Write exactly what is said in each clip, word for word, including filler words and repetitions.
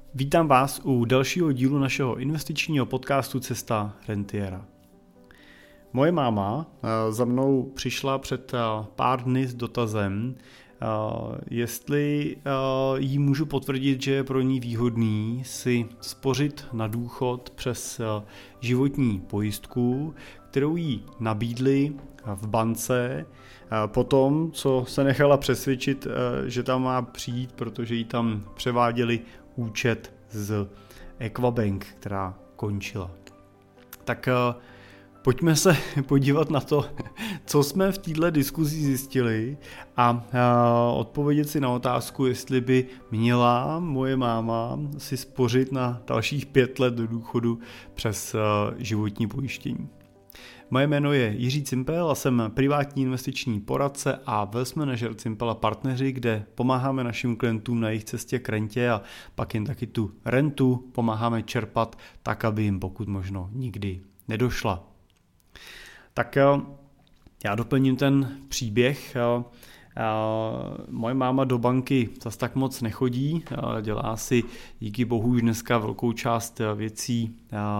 Vítám vás u dalšího dílu našeho investičního podcastu Cesta rentiera. Moje máma za mnou přišla před pár dny s dotazem, jestli jí můžu potvrdit, že je pro ní výhodný si spořit na důchod přes životní pojistku, kterou jí nabídli v bance po tom, co se nechala přesvědčit, že tam má přijít, protože jí tam převáděli účet z Equabank, která končila. Tak pojďme se podívat na to, co jsme v této diskuzi zjistili a odpovědět si na otázku, jestli by měla moje máma si spořit na dalších pět let do důchodu přes životní pojištění. Moje jméno je Jiří Cimpel a jsem privátní investiční poradce a wealth manager Cimpel a partneři, kde pomáháme našim klientům na jejich cestě k rentě a pak jen taky tu rentu pomáháme čerpat tak, aby jim pokud možno nikdy nedošla. Tak já doplním ten příběh. Moje máma do banky zas tak moc nechodí, dělá si díky bohu už dneska velkou část věcí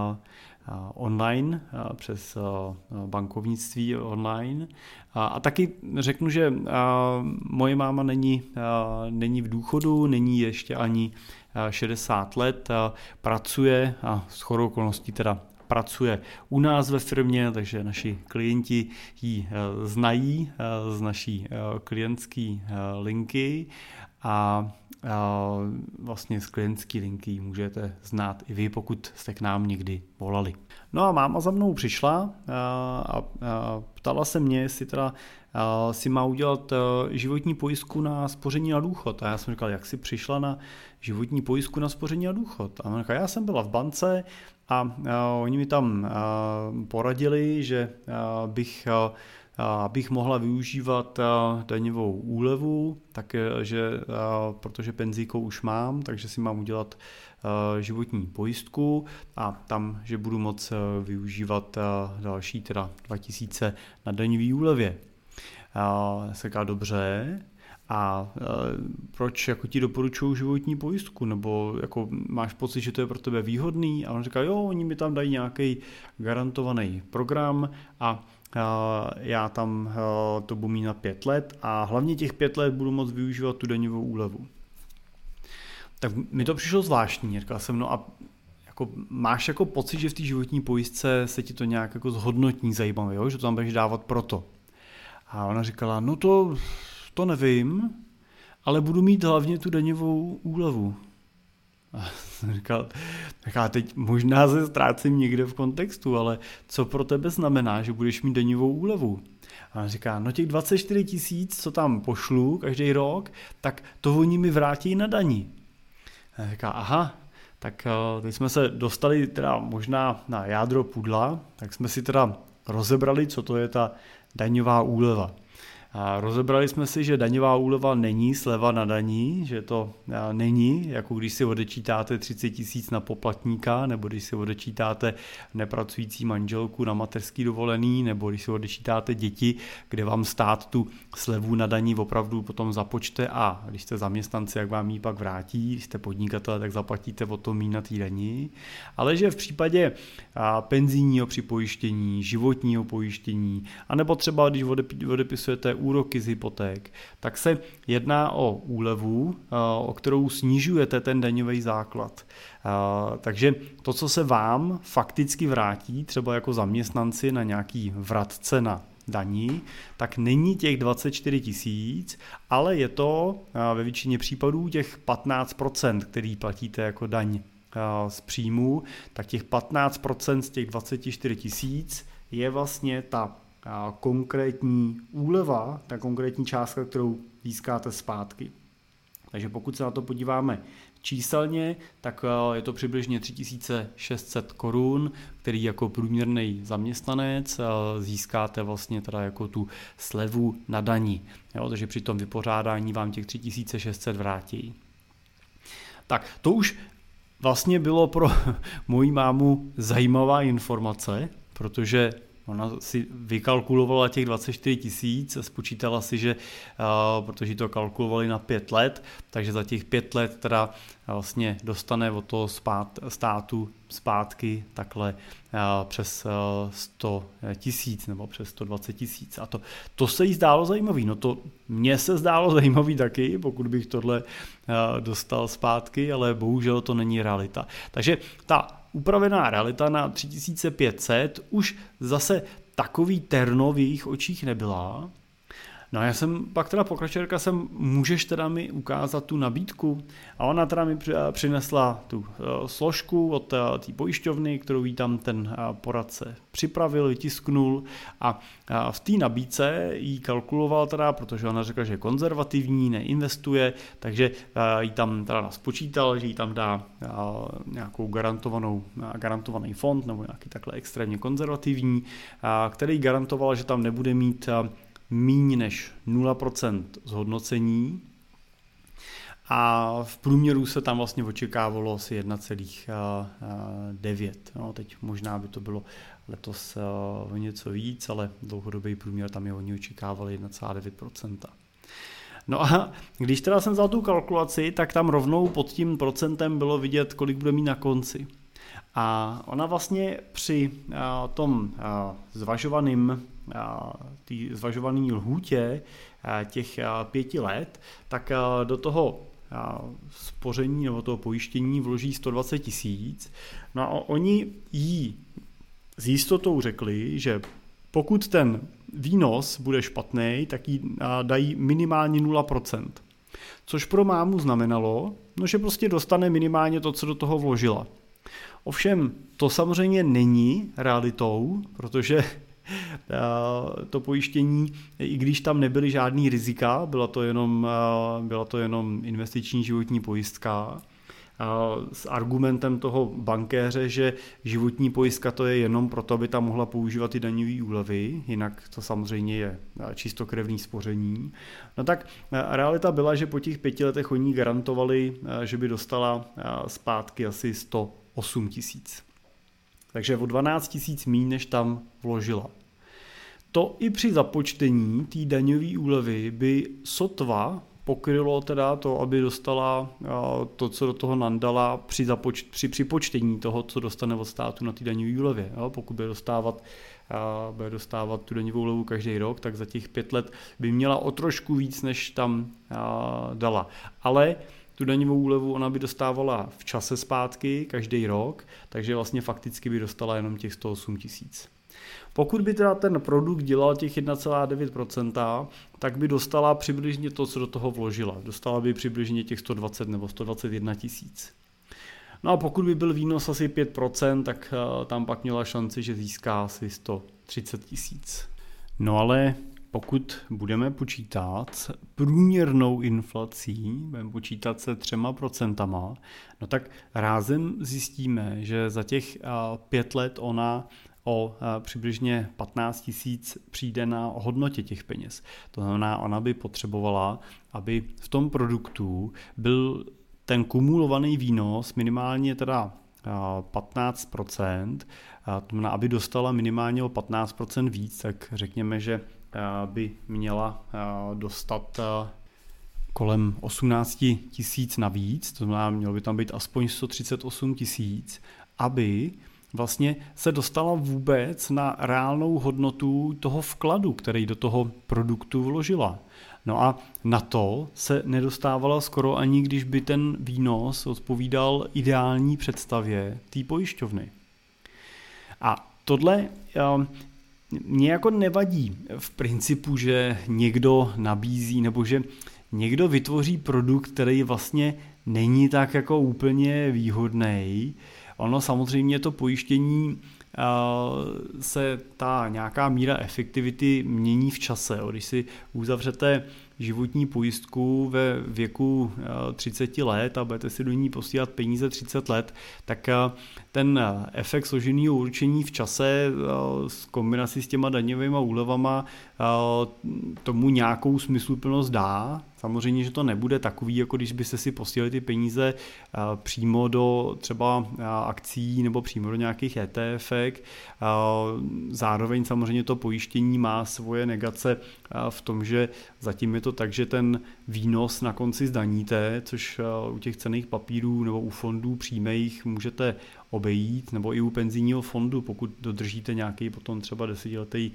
online, přes bankovnictví online. A taky řeknu, že moje máma není, není v důchodu, není ještě ani šedesát let, pracuje a shodou okolností teda pracuje u nás ve firmě, takže naši klienti ji znají z naší klientské linky a vlastně z klientské linky můžete znát i vy, pokud jste k nám někdy volali. No a máma za mnou přišla a ptala se mě, jestli teda si má udělat životní pojistku na spoření na důchod. A já jsem říkal, jak si přišla na životní pojistku na spoření na důchod. A ona říkala, já jsem byla v bance a oni mi tam poradili, že bych abych mohla využívat daňovou úlevu, takže, protože penzíko už mám, takže si mám udělat životní pojistku a tam, že budu moct využívat další teda dva tisíce na daňové úlevě. Já se říká, dobře, a proč jako ti doporučují životní pojistku, nebo jako máš pocit, že to je pro tebe výhodný? A on říká, jo, oni mi tam dají nějaký garantovaný program a já tam to budu mít na pět let a hlavně těch pět let budu moct využívat tu daňovou úlevu. Tak mi to přišlo zvláštní, říkal jsem, no a jako máš jako pocit, že v té životní pojistce se ti to nějak jako zhodnotní zajímavé, jo? Že to tam budeš dávat proto. A ona říkala, no to, to nevím, ale budu mít hlavně tu daňovou úlevu. A jsem říkal, tak já teď možná se ztrácím někde v kontextu, ale co pro tebe znamená, že budeš mít daňovou úlevu? A on říká, no těch dvacet čtyři tisíc, co tam pošlu každý rok, tak to oni mi vrátí na dani. A říká, aha, tak teď jsme se dostali teda možná na jádro pudla, tak jsme si teda rozebrali, co to je ta daňová úleva. A rozebrali jsme si, že daňová úleva není sleva na daní, že to není, jako když si odečítáte třicet tisíc na poplatníka, nebo když si odečítáte nepracující manželku na mateřský dovolený, nebo když si odečítáte děti, kde vám stát tu slevu na daní opravdu potom započte a když jste zaměstnanci, jak vám ji pak vrátí, když jste podnikatelé, tak zaplatíte o to míň na té dani. Ale že v případě penzijního připojištění, životního pojištění, anebo třeba když odepisujete úroky z hypoték, tak se jedná o úlevu, o kterou snižujete ten daňový základ. Takže to, co se vám fakticky vrátí, třeba jako zaměstnanci na nějaký vratce na daní, tak není těch dvacet čtyři tisíc, ale je to ve většině případů těch patnáct procent, který platíte jako daň z příjmu, tak těch patnáct procent z těch dvacet čtyři tisíc je vlastně ta konkrétní úleva, ta konkrétní částka, kterou získáte zpátky. Takže pokud se na to podíváme číselně, tak je to přibližně tři tisíce šest set korun, který jako průměrný zaměstnanec získáte vlastně teda jako tu slevu na dani. Jo, takže při tom vypořádání vám těch tři tisíce šest set vrátí. Tak to už vlastně bylo pro moji mámu zajímavá informace, protože Ona si vykalkulovala těch dvacet čtyři tisíc a spočítala si, že uh, protože to kalkulovali na pět let, takže za těch pět let teda vlastně dostane od toho spát, státu zpátky takhle uh, přes uh, sto tisíc nebo přes sto dvacet tisíc. A to, to se jí zdálo zajímavý. No to mně se zdálo zajímavý taky, pokud bych tohle uh, dostal zpátky, ale bohužel to není realita. Takže ta upravená realita na tři tisíce pět set už zase takový terno v jejich očích nebyla. No a já jsem pak teda pokračovala, jsem, můžeš teda mi ukázat tu nabídku? A ona teda mi přinesla tu složku od té pojišťovny, kterou jí tam ten poradce připravil, vytisknul a v té nabídce jí kalkuloval teda, protože ona řekla, že je konzervativní, neinvestuje, takže jí tam teda naspočítal, že jí tam dá nějakou garantovanou, garantovaný fond nebo nějaký takhle extrémně konzervativní, který garantoval, že tam nebude mít míň než nula procent zhodnocení a v průměru se tam vlastně očekávalo asi jedna celá devět. No, teď možná by to bylo letos o něco víc, ale dlouhodobý průměr tam je oni očekávali jedna celá devět procenta. No a když teda jsem vzal tu kalkulaci, tak tam rovnou pod tím procentem bylo vidět, kolik bude mít na konci. A ona vlastně při tom zvažovaným tý zvažovaný lhůtě těch pěti let, tak do toho spoření nebo toho pojištění vloží sto dvacet tisíc. No a oni jí s jistotou řekli, že pokud ten výnos bude špatný, tak jí dají minimálně nula procent. Což pro mámu znamenalo, no, že prostě dostane minimálně to, co do toho vložila. Ovšem, to samozřejmě není realitou, protože to pojištění, i když tam nebyly žádný rizika, byla to jenom, byla to jenom investiční životní pojistka, s argumentem toho bankéře, že životní pojistka to je jenom proto, aby tam mohla používat ty daňové úlevy, jinak to samozřejmě je čistokrevný spoření. No tak realita byla, že po těch pěti letech oni garantovali, že by dostala zpátky asi sto osm tisíc. Takže o dvanáct tisíc míň, než tam vložila. To i při započtení té daňové úlevy by sotva pokrylo teda to, aby dostala to, co do toho nandala při, započ- při připočtení toho, co dostane od státu na té daňové úlevě. Jo? Pokud bude dostávat, bude dostávat tu daňovou úlevu každý rok, tak za těch pět let by měla o trošku víc, než tam dala. Ale tu daňovou úlevu ona by dostávala v čase zpátky každý rok, takže vlastně fakticky by dostala jenom těch sto osm tisíc. Pokud by teda ten produkt dělal těch jedna celá devět procenta, tak by dostala přibližně to, co do toho vložila. Dostala by přibližně těch sto dvacet nebo sto dvacet jedna tisíc. No a pokud by byl výnos asi pět procent, tak tam pak měla šanci, že získá asi sto třicet tisíc. No ale pokud budeme počítat s průměrnou inflací, budeme počítat se třema procentama, no tak rázem zjistíme, že za těch pět let ona o přibližně patnáct tisíc přijde na hodnotě těch peněz. To znamená, ona by potřebovala, aby v tom produktu byl ten kumulovaný výnos minimálně teda patnáct procent, to znamená, aby dostala minimálně o patnáct procent víc, tak řekněme, že by měla dostat kolem osmnáct tisíc navíc, to znamená, mělo by tam být aspoň sto třicet osm tisíc, aby vlastně se dostala vůbec na reálnou hodnotu toho vkladu, který do toho produktu vložila. No a na to se nedostávala skoro ani, když by ten výnos odpovídal ideální představě té pojišťovny. A tohle mě jako nevadí v principu, že někdo nabízí nebo že někdo vytvoří produkt, který vlastně není tak jako úplně výhodný. Ono samozřejmě to pojištění se ta nějaká míra efektivity mění v čase. Když si uzavřete životní pojistku ve věku třicet let a budete si do ní posílat peníze třicet let, tak ten efekt složeného určení v čase s kombinací s těma daňovými úlevama tomu nějakou smysluplnost dá. Samozřejmě, že to nebude takový, jako když byste si posílali ty peníze přímo do třeba akcí nebo přímo do nějakých E T F ek. Zároveň samozřejmě to pojištění má svoje negace v tom, že zatím je to tak, že ten výnos na konci zdaníte, což u těch cenných papírů nebo u fondů přímých můžete obejít, nebo i u penzijního fondu, pokud dodržíte nějaký potom třeba desetiletý,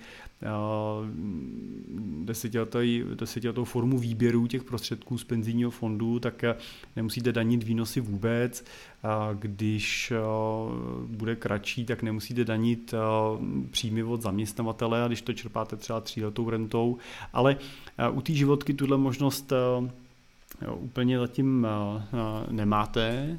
desetiletý, desetiletou formu výběru těch prostředků z penzijního fondu, tak nemusíte danit výnosy vůbec. Když bude kratší, tak nemusíte danit příjmy od zaměstnavatele, a když to čerpáte třeba tříletou rentou. Ale u té životky tuhle možnost úplně zatím nemáte.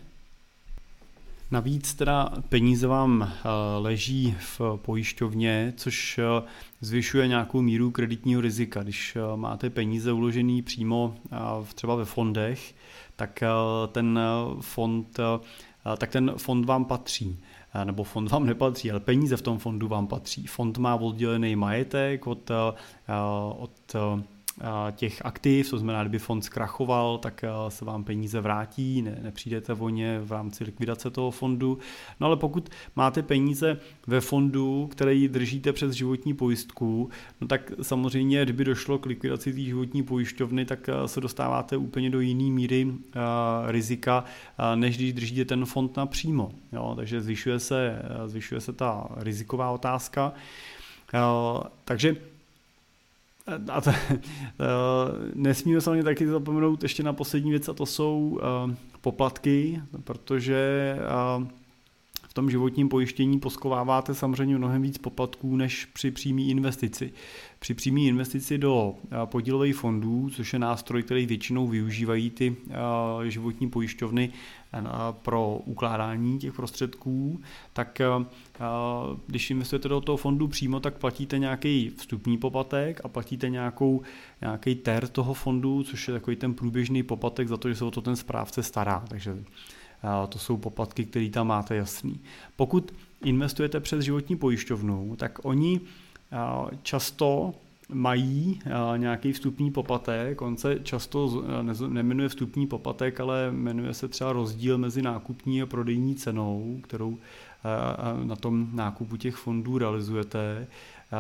Navíc teda peníze vám leží v pojišťovně, což zvyšuje nějakou míru kreditního rizika. Když máte peníze uložené přímo třeba ve fondech, tak ten fond, tak ten fond vám patří. Nebo fond vám nepatří, ale peníze v tom fondu vám patří. Fond má oddělený majetek od, od těch aktiv, to znamená, kdyby fond zkrachoval, tak se vám peníze vrátí, ne, nepřijdete o ně v rámci likvidace toho fondu. No ale pokud máte peníze ve fondu, který držíte přes životní pojistku, no tak samozřejmě, kdyby došlo k likvidaci té životní pojišťovny, tak se dostáváte úplně do jiné míry uh, rizika, uh, než když držíte ten fond napřímo. Jo? Takže zvyšuje se, zvyšuje se ta riziková otázka. Uh, takže A to, nesmíme samozřejmě taky zapomenout ještě na poslední věc, a to jsou poplatky, protože v tom životním pojištění poskováváte samozřejmě mnohem víc poplatků než při přímé investici. Při přímé investici do podílových fondů, což je nástroj, který většinou využívají ty životní pojišťovny pro ukládání těch prostředků, tak když investujete do toho fondu přímo, tak platíte nějaký vstupní poplatek a platíte nějakou, nějaký ter toho fondu, což je takový ten průběžný poplatek za to, že se o to ten správce stará. Takže to jsou poplatky, které tam máte jasný. Pokud investujete přes životní pojišťovnu, tak oni často mají nějaký vstupní poplatek, on se často nemenuje vstupní poplatek, ale jmenuje se třeba rozdíl mezi nákupní a prodejní cenou, kterou na tom nákupu těch fondů realizujete,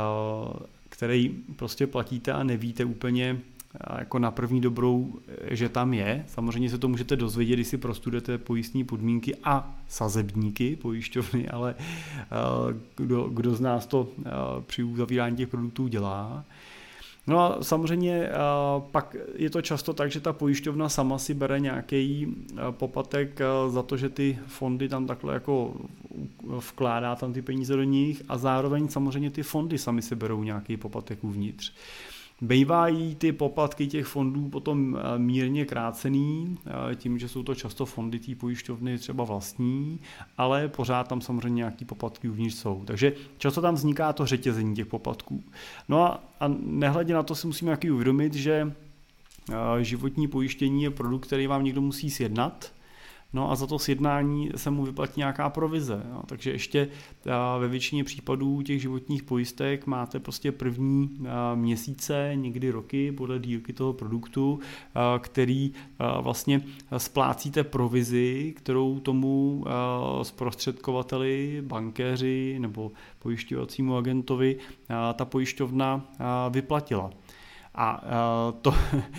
který prostě platíte a nevíte úplně jako na první dobrou, že tam je. Samozřejmě se to můžete dozvědět, když si prostudujete pojistní podmínky a sazebníky pojišťovny, ale kdo, kdo z nás to při uzavírání těch produktů dělá. No a samozřejmě pak je to často tak, že ta pojišťovna sama si bere nějaký poplatek za to, že ty fondy tam takhle jako vkládá tam ty peníze do nich, a zároveň samozřejmě ty fondy sami si berou nějaký poplatek uvnitř. Bývají ty poplatky těch fondů potom mírně krácený, tím, že jsou to často fondy té pojišťovny třeba vlastní, ale pořád tam samozřejmě nějaký poplatky uvnitř jsou. Takže často tam vzniká to řetězení těch poplatků. No a, a nehledě na to si musíme nějaký uvědomit, že životní pojištění je produkt, který vám někdo musí sjednat. No a za to sjednání se mu vyplatí nějaká provize. No, takže ještě ve většině případů těch životních pojistek máte prostě první měsíce, někdy roky podle dílky toho produktu, který vlastně splácíte provizi, kterou tomu zprostředkovateli, bankéři nebo pojišťovacímu agentovi ta pojišťovna vyplatila. A to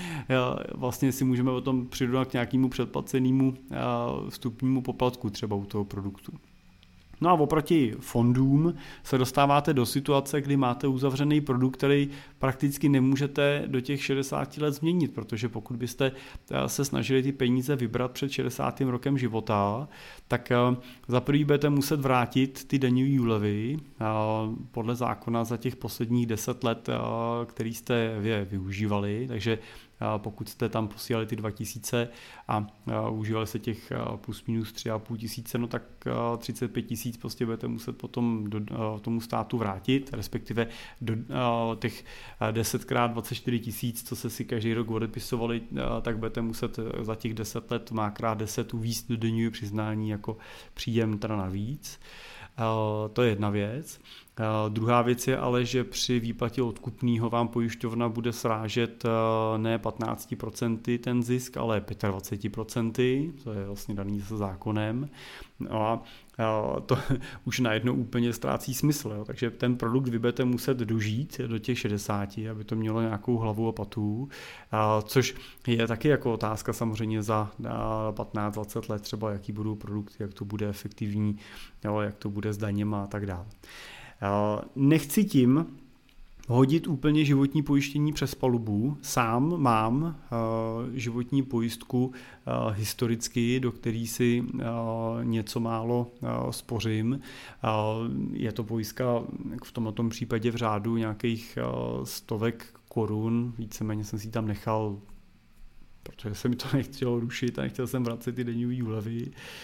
vlastně si můžeme o tom přirovnat k nějakému předplacenému vstupnímu poplatku třeba u toho produktu. No a oproti fondům se dostáváte do situace, kdy máte uzavřený produkt, který prakticky nemůžete do těch šedesáti let změnit, protože pokud byste se snažili ty peníze vybrat před šedesátým rokem života, tak za prvý budete muset vrátit ty daňové úlevy podle zákona za těch posledních deset let, který jste je využívali, takže pokud jste tam posílali ty dva tisíce a užívali se těch plus minus tři a půl tisíce, no tak třicet pět tisíc prostě budete muset potom do, tomu státu vrátit, respektive do těch deset krát dvacet čtyři tisíc, co se si každý rok odepisovali, tak budete muset za těch deset let má krát deset uvízt do daňového přiznání jako příjem teda navíc. To je jedna věc. Druhá věc je ale, že při výplatě odkupného vám pojišťovna bude srážet ne patnáct procent ten zisk, ale dvacet pět procent, to je vlastně daný se zákonem. No a to už najednou úplně ztrácí smysl. Jo. Takže ten produkt vy budete muset dožít do těch šedesáti, aby to mělo nějakou hlavu a patu, což je taky jako otázka samozřejmě za patnáct dvacet let třeba, jaký budou produkty, jak to bude efektivní, jo, jak to bude s daněma a tak dále. Nechci tím hodit úplně životní pojištění přes palubu. Sám mám uh, životní pojistku uh, historicky, do který si uh, něco málo uh, spořím. Uh, je to pojistka v tomto případě v řádu nějakých uh, stovek korun, víceméně jsem si tam nechal, protože se mi to nechtělo rušit a nechtěl jsem vracet ty daňové úlevy.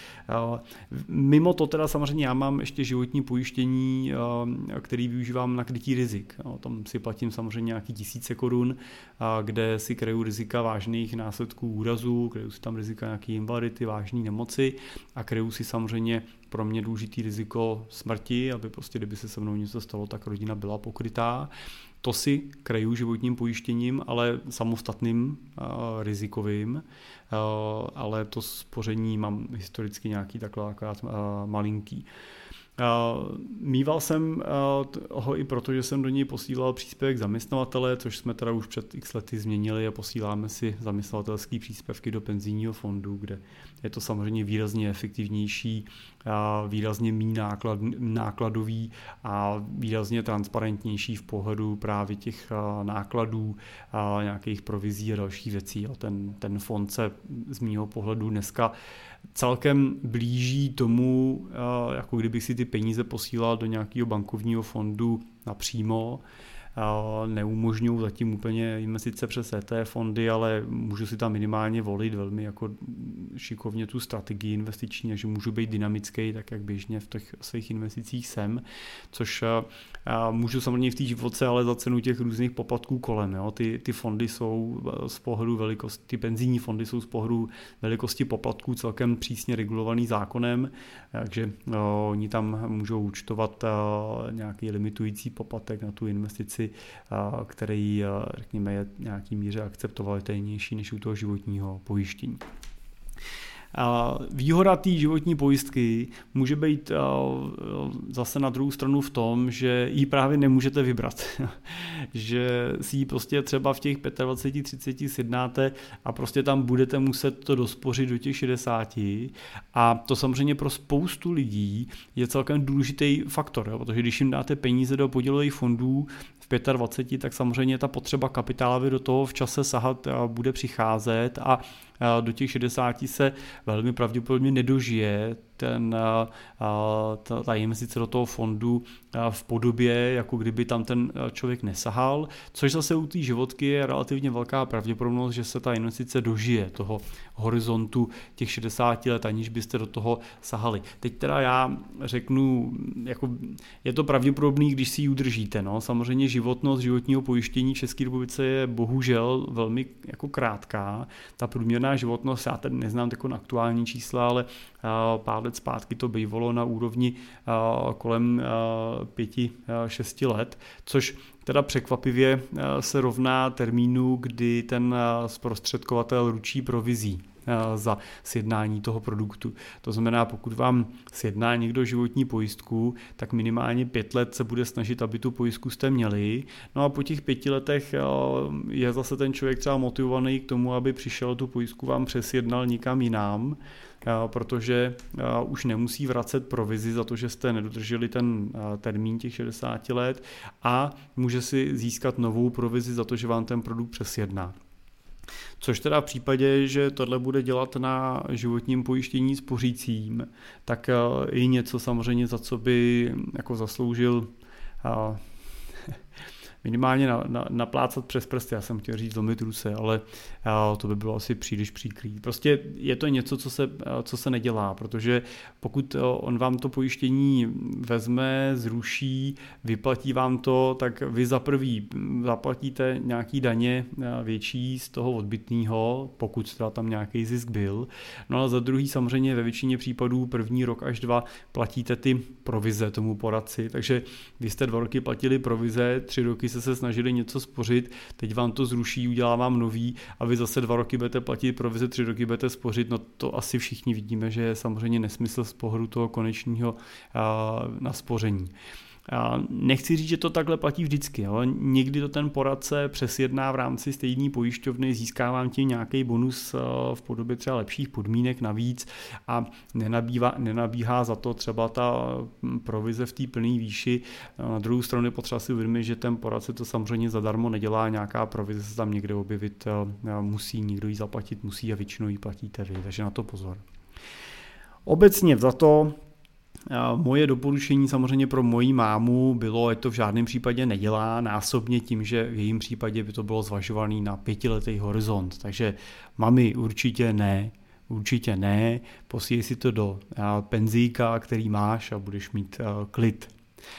Mimo to teda samozřejmě já mám ještě životní pojištění, který využívám na krytí rizik. Tam si platím samozřejmě nějaký tisíce korun, kde si kryju rizika vážných následků úrazů, kryju si tam rizika nějaké invalidity, vážné nemoci a kryju si samozřejmě pro mě důležitý riziko smrti, aby prostě kdyby se se mnou něco stalo, tak rodina byla pokrytá. To si kryju životním pojištěním, ale samostatným uh, rizikovým, uh, ale to spoření mám historicky nějaký takhle akorát uh, malinký. Uh, mýval jsem uh, ho i proto, že jsem do něj posílal příspěvek zaměstnavatele, což jsme teda už před x lety změnili a posíláme si zaměstnavatelské příspěvky do penzijního fondu, kde je to samozřejmě výrazně efektivnější, uh, výrazně méně náklad, nákladový a výrazně transparentnější v pohledu právě těch uh, nákladů, uh, nějakých provizí a dalších věcí. Jo. Ten, ten fond se z mýho pohledu dneska celkem blíží tomu, jako kdybych si ty peníze posílal do nějakého bankovního fondu napřímo. Neumožňují zatím úplně investice přes E T F fondy, ale můžu si tam minimálně volit velmi jako šikovně tu strategii investiční, takže můžu být dynamický, tak jak běžně v těch svých investicích jsem, což můžu samozřejmě v té životce, ale za cenu těch různých poplatků kolem. Jo. Ty, ty fondy jsou z pohledu velikosti, ty penzijní fondy jsou z pohledu velikosti poplatků celkem přísně regulovaný zákonem, takže o, oni tam můžou účtovat o, nějaký limitující poplatek na tu investici, který, řekněme, je v nějaký míře akceptovatelnější než u toho životního pojištění. Výhoda té životní pojistky může být zase na druhou stranu v tom, že ji právě nemůžete vybrat. Že si ji prostě třeba v těch dvaceti pěti třiceti sjednáte a prostě tam budete muset to dospořit do těch šedesáti. A to samozřejmě pro spoustu lidí je celkem důležitý faktor, jo? Protože když jim dáte peníze do podílových fondů v dvaceti pěti, tak samozřejmě ta potřeba kapitálově do toho v čase sahat bude přicházet a do těch šedesáti se velmi pravděpodobně nedožije ten, ta, ta investice do toho fondu v podobě, jako kdyby tam ten člověk nesahal, což zase u té životky je relativně velká pravděpodobnost, že se ta investice dožije toho horizontu těch šedesáti let, aniž byste do toho sahali. Teď teda já řeknu, jako je to pravděpodobný, když si ji udržíte. No. Samozřejmě životnost životního pojištění v České republice je bohužel velmi jako krátká. Ta průměrná životnost, já tady neznám takovou aktuální čísla, ale pár let zpátky to bývalo na úrovni kolem pěti, šesti let, což teda překvapivě se rovná termínu, kdy ten zprostředkovatel ručí provizí za sjednání toho produktu. To znamená, pokud vám sjedná někdo životní pojistku, tak minimálně pět let se bude snažit, aby tu pojistku jste měli. No a po těch pěti letech je zase ten člověk třeba motivovaný k tomu, aby přišel tu pojistku vám přesjednal nikam jinam, protože už nemusí vracet provizi za to, že jste nedodrželi ten termín těch šedesáti let a může si získat novou provizi za to, že vám ten produkt přesjedná. Což teda v případě, že tohle bude dělat na životním pojištění spořícím, tak je něco samozřejmě, za co by jako zasloužil minimálně na, na, naplácat přes prsty, já jsem chtěl říct zlomit ruce, ale to by bylo asi příliš příkrý. Prostě je to něco, co se, co se nedělá, protože pokud on vám to pojištění vezme, zruší, vyplatí vám to, tak vy za prvý zaplatíte nějaký daně větší z toho odbytného, pokud teda tam nějaký zisk byl. No a za druhý samozřejmě ve většině případů první rok až dva platíte ty provize tomu poradci, takže vy jste dva roky platili provize, tři roky se se snažili něco spořit, teď vám to zruší, udělá vám nový a vy zase dva roky budete platit provize, tři roky budete spořit, no to asi všichni vidíme, že je samozřejmě nesmysl z pohledu toho konečního na spoření. Nechci říct, že to takhle platí vždycky, ale někdy to ten poradce přesjedná v rámci stejné pojišťovny, získá vám tím nějaký bonus v podobě třeba lepších podmínek navíc a nenabývá, nenabíhá za to třeba ta provize v té plné výši. Na druhou stranu je potřeba si uvědomit, že ten poradce to samozřejmě zadarmo nedělá, nějaká provize se tam někde objevit musí, někdo ji zaplatit musí a většinou ji platíte vy, takže na to pozor. Obecně za to moje doporučení samozřejmě pro moji mámu bylo, že to v žádném případě nedělá násobně tím, že v jejím případě by to bylo zvažovaný na pětiletý horizont. Takže mami určitě ne, určitě ne, posílej si to do penzijka, který máš a budeš mít klid.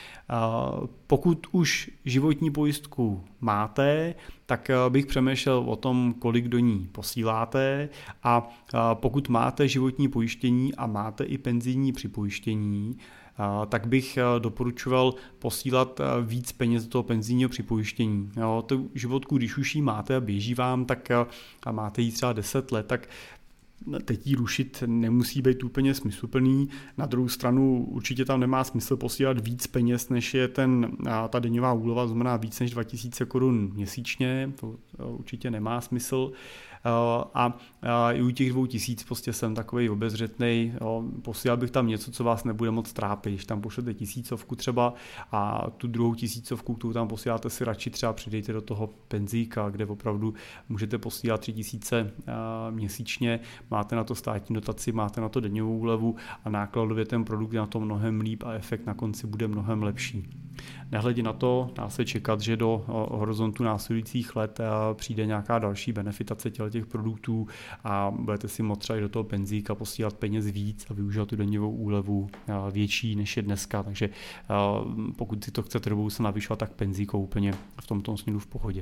Pokud už životní pojistku máte, tak bych přemýšlel o tom, kolik do ní posíláte a pokud máte životní pojištění a máte i penzijní připojištění, tak bych doporučoval posílat víc peněz do toho penzijního připojištění. Jo, tu životku, když už ji máte a běží vám, tak a máte ji třeba deset let, tak teď ji rušit nemusí být úplně smysluplný. Na druhou stranu určitě tam nemá smysl posílat víc peněz, než je ten, ta denní úleva, znamená víc než dva tisíce korun měsíčně, to určitě nemá smysl. A, a i u těch dvou tisíc prostě jsem takovej obezřetnej, jo, posílal bych tam něco, co vás nebude moc trápit, když tam pošlete tisícovku třeba a tu druhou tisícovku, kterou tam posíláte, si radši třeba přidejte do toho penzíka, kde opravdu můžete posílat tři tisíce měsíčně, máte na to státní dotaci, máte na to daňovou úlevu a nákladově ten produkt je na to mnohem líp a efekt na konci bude mnohem lepší. Nehledě na to, dá se čekat, že do horizontu následujících let přijde nějaká další benefitace těch produktů a budete si moct třeba do toho penzíka posílat peněz víc a využívat tu daňovou úlevu větší než je dneska, takže pokud si to chcete do budoucna navyšovat, tak penzíko úplně v tomto směru v pohodě.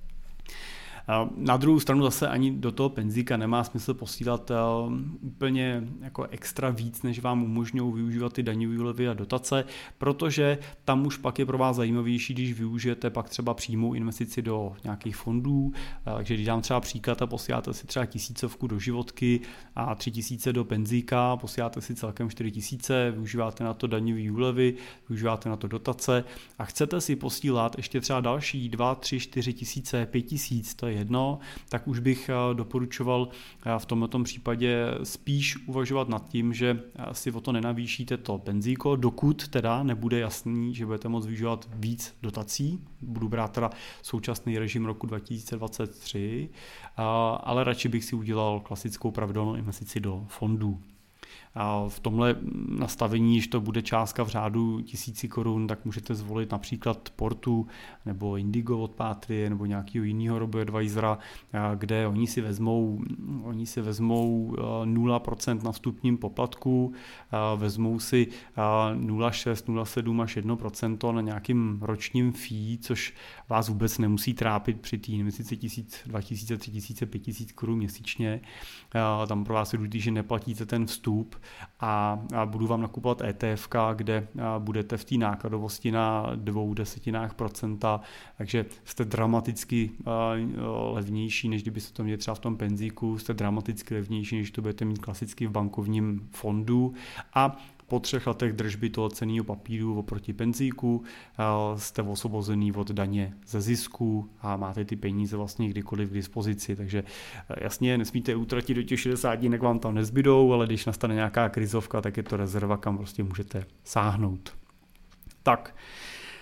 Na druhou stranu zase ani do toho penzíka nemá smysl posílat úplně jako extra víc, než vám umožňují využívat ty daňové úlevy a dotace, protože tam už pak je pro vás zajímavější, když využijete pak třeba přímou investici do nějakých fondů, takže když dám třeba příklad a posíláte si třeba tisícovku do životky a tři tisíce do penzíka, posíláte si celkem čtyři tisíce, využíváte na to daňové úlevy, využíváte na to dotace a chcete si posílat ještě třeba další dva, tři, čtyři tisíce, pět tisíc, to je jedno, tak už bych doporučoval v tomto případě spíš uvažovat nad tím, že si o to nenavýšíte to penzíko, dokud teda nebude jasný, že budete moct využívat víc dotací. Budu brát teda současný režim roku dva tisíce dvacet tři, ale radši bych si udělal klasickou pravidelnou investici do fondů. A v tomhle nastavení, když to bude částka v řádu tisíci korun, tak můžete zvolit například Portu nebo Indigo od Patrie nebo nějakého jiného robo-advisora, kde oni si vezmou, oni si vezmou nula procent na vstupním poplatku, vezmou si nula celá šest, nula celá sedm až jedno procento na nějakým ročním fee, což vás vůbec nemusí trápit při té investici tisíc, dva tisíce, tři tisíce, pět tisíc korun měsíčně. Tam pro vás je důležité, že neplatíte ten vstup a, a budu vám nakupovat E T F, kde budete v té nákladovosti na dvou desetinách procenta, takže jste dramaticky levnější, než kdybyste to měli třeba v tom penzíku, jste dramaticky levnější, než to budete mít klasicky v bankovním fondu a po třech letech držby toho cenného papíru oproti penzíku jste osvobozený od daně ze zisku a máte ty peníze vlastně kdykoliv k dispozici, takže jasně nesmíte utratit do těch šedesáti, jinak vám tam nezbydou, ale když nastane nějaká krizovka, tak je to rezerva, kam prostě můžete sáhnout. Tak,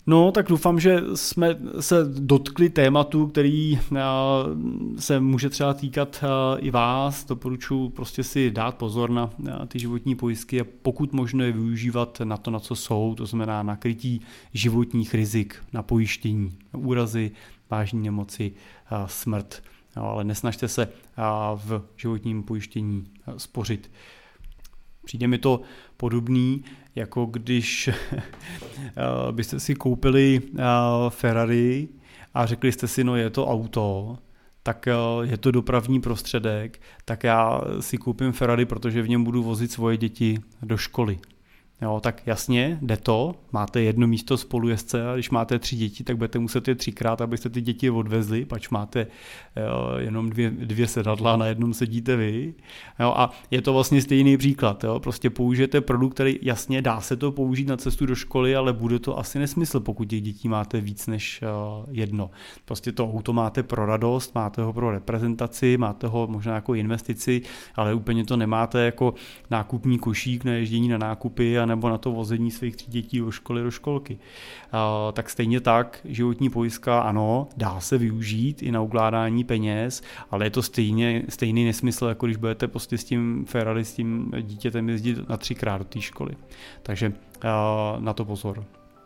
No, tak doufám, že jsme se dotkli tématu, který se může třeba týkat i vás. Doporučuji prostě si dát pozor na ty životní pojistky a pokud možno je využívat na to, na co jsou, to znamená na krytí životních rizik, na pojištění, úrazy, vážné nemoci, smrt. Ale nesnažte se v životním pojištění spořit. Přijde mi to podobný, jako když byste si koupili Ferrari a řekli jste si, no je to auto, tak je to dopravní prostředek, tak já si koupím Ferrari, protože v něm budu vozit svoje děti do školy. Jo, tak jasně, jde to, máte jedno místo spolujezdce a když máte tři děti, tak budete muset je třikrát, abyste ty děti odvezli, pač máte jo, jenom dvě, dvě sedadla, na jednom sedíte vy. Jo, a je to vlastně stejný příklad. Jo, prostě použijete produkt, který jasně dá se to použít na cestu do školy, ale bude to asi nesmysl, pokud těch dětí máte víc než uh, jedno. Prostě to auto máte pro radost, máte ho pro reprezentaci, máte ho možná jako investici, ale úplně to nemáte jako nákupní košík na ježdění na nákupy a nebo na to vození svých tří dětí do školy, do školky. Uh, tak stejně tak, životní pojistka, ano, dá se využít i na ukládání peněz, ale je to stejně, stejný nesmysl, jako když budete prostě s tím Ferrari, s tím dítětem jezdit na třikrát do té školy. Takže uh, na to pozor.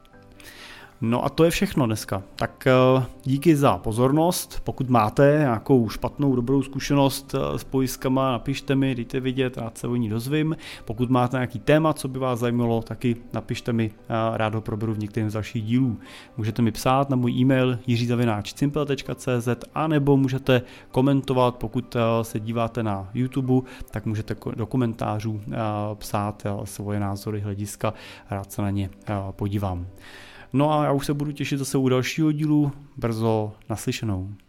No a to je všechno dneska. Tak díky za pozornost. Pokud máte nějakou špatnou, dobrou zkušenost s pojistkama, napište mi, dejte vidět, rád se o ní dozvím. Pokud máte nějaký téma, co by vás zajímalo, taky napište mi, rád ho proberu v některém z dalších dílů. Můžete mi psát na můj e-mail jiří zavináč cimpel tečka cé zet a nebo můžete komentovat, pokud se díváte na YouTube, tak můžete do komentářů psát svoje názory, hlediska, rád se na ně podívám. No a já už se budu těšit zase u dalšího dílu, brzo naslyšenou.